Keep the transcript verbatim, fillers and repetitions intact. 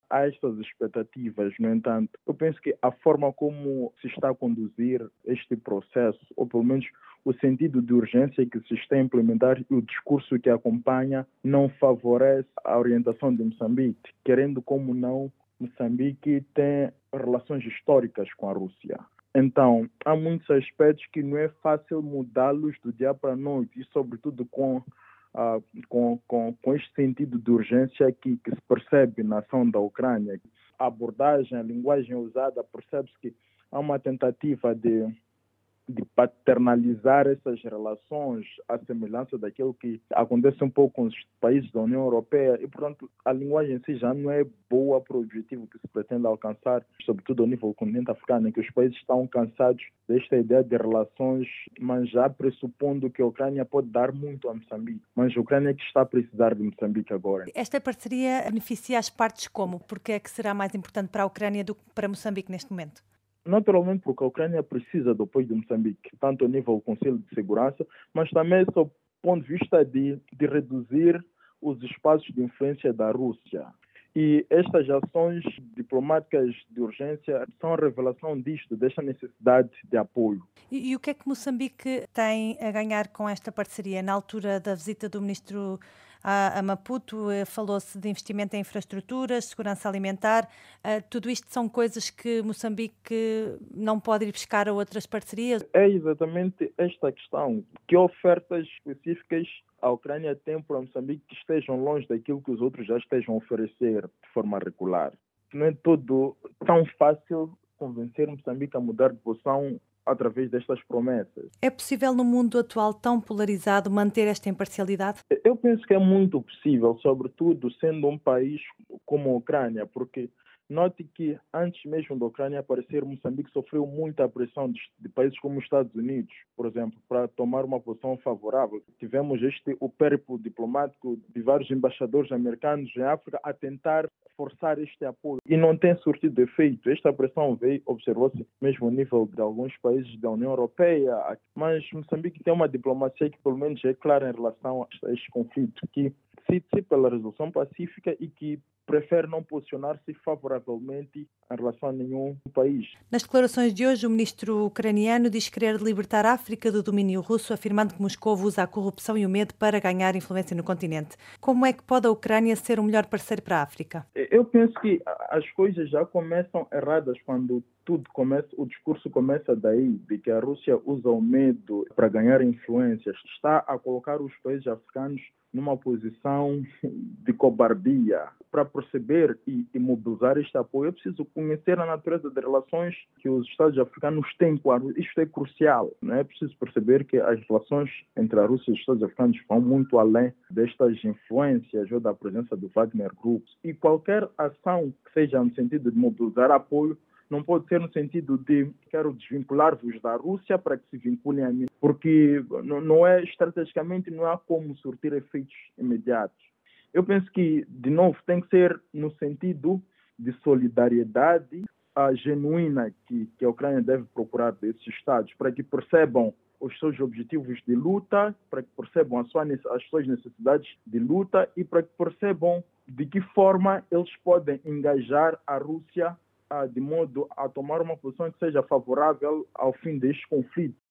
há estas expectativas. No entanto, eu penso que a forma como se está a conduzir este processo, ou pelo menos o sentido de urgência que se está a implementar e o discurso que acompanha, não favorece a orientação de Moçambique, querendo como não, Moçambique tem relações históricas com a Rússia. Então, há muitos aspectos que não é fácil mudá-los do dia para a noite, e sobretudo com, ah, com, com, com este sentido de urgência que, que se percebe na ação da Ucrânia. A abordagem, a linguagem usada, percebe-se que há uma tentativa de de paternalizar essas relações à semelhança daquilo que acontece um pouco com os países da União Europeia e, portanto, a linguagem em si já não é boa para o objetivo que se pretende alcançar, sobretudo ao nível do continente africano, em que os países estão cansados desta ideia de relações, mas já pressupondo que a Ucrânia pode dar muito a Moçambique, mas a Ucrânia é que está a precisar de Moçambique agora. Esta parceria beneficia as partes como? Porque é que será mais importante para a Ucrânia do que para Moçambique neste momento? Naturalmente, porque a Ucrânia precisa do apoio de Moçambique, tanto a nível do Conselho de Segurança, mas também sob o ponto de vista de, de reduzir os espaços de influência da Rússia. E estas ações diplomáticas de urgência são a revelação disto, desta necessidade de apoio. E, e o que é que Moçambique tem a ganhar com esta parceria? Na altura da visita do ministro a, a Maputo, eh, falou-se de investimento em infraestruturas, segurança alimentar. Uh, tudo isto são coisas que Moçambique não pode ir buscar a outras parcerias? É exatamente esta questão. Que ofertas específicas a Ucrânia tem para Moçambique que estejam longe daquilo que os outros já estejam a oferecer de forma regular? Não é todo tão fácil convencer Moçambique a mudar de posição através destas promessas. É possível, no mundo atual tão polarizado, manter esta imparcialidade? Eu penso que é muito possível, sobretudo sendo um país como a Ucrânia, porque note que antes mesmo da Ucrânia aparecer, Moçambique sofreu muita pressão de, de países como os Estados Unidos, por exemplo, para tomar uma posição favorável. Tivemos este o périplo diplomático de vários embaixadores americanos em África a tentar forçar este apoio e não tem surtido efeito. Esta pressão veio, observou-se mesmo a nível de alguns países da União Europeia, mas Moçambique tem uma diplomacia que pelo menos é clara em relação a este conflito, que decide-se pela resolução pacífica e que prefere não posicionar-se favoravelmente em relação a nenhum país. Nas declarações de hoje, o ministro ucraniano diz querer libertar a África do domínio russo, afirmando que Moscou usa a corrupção e o medo para ganhar influência no continente. Como é que pode a Ucrânia ser o melhor parceiro para a África? Eu penso que as coisas já começam erradas quando tudo começa, o discurso começa daí, de que a Rússia usa o medo para ganhar influências. Está a colocar os países africanos numa posição de cobardia. Para perceber e, e mobilizar este apoio, é preciso conhecer a natureza das relações que os Estados africanos têm com a Rússia. Isto é crucial. Não é preciso perceber que as relações entre a Rússia e os Estados africanos vão muito além destas influências ou da presença do Wagner Group. E qualquer ação que seja no sentido de mobilizar apoio não pode ser no sentido de quero desvincular-vos da Rússia para que se vinculem a mim, porque não é, estrategicamente não há como surtir efeitos imediatos. Eu penso que, de novo, tem que ser no sentido de solidariedade a genuína que, que a Ucrânia deve procurar desses Estados, para que percebam os seus objetivos de luta, para que percebam as suas, as suas necessidades de luta e para que percebam de que forma eles podem engajar a Rússia de modo a tomar uma posição que seja favorável ao fim deste conflito.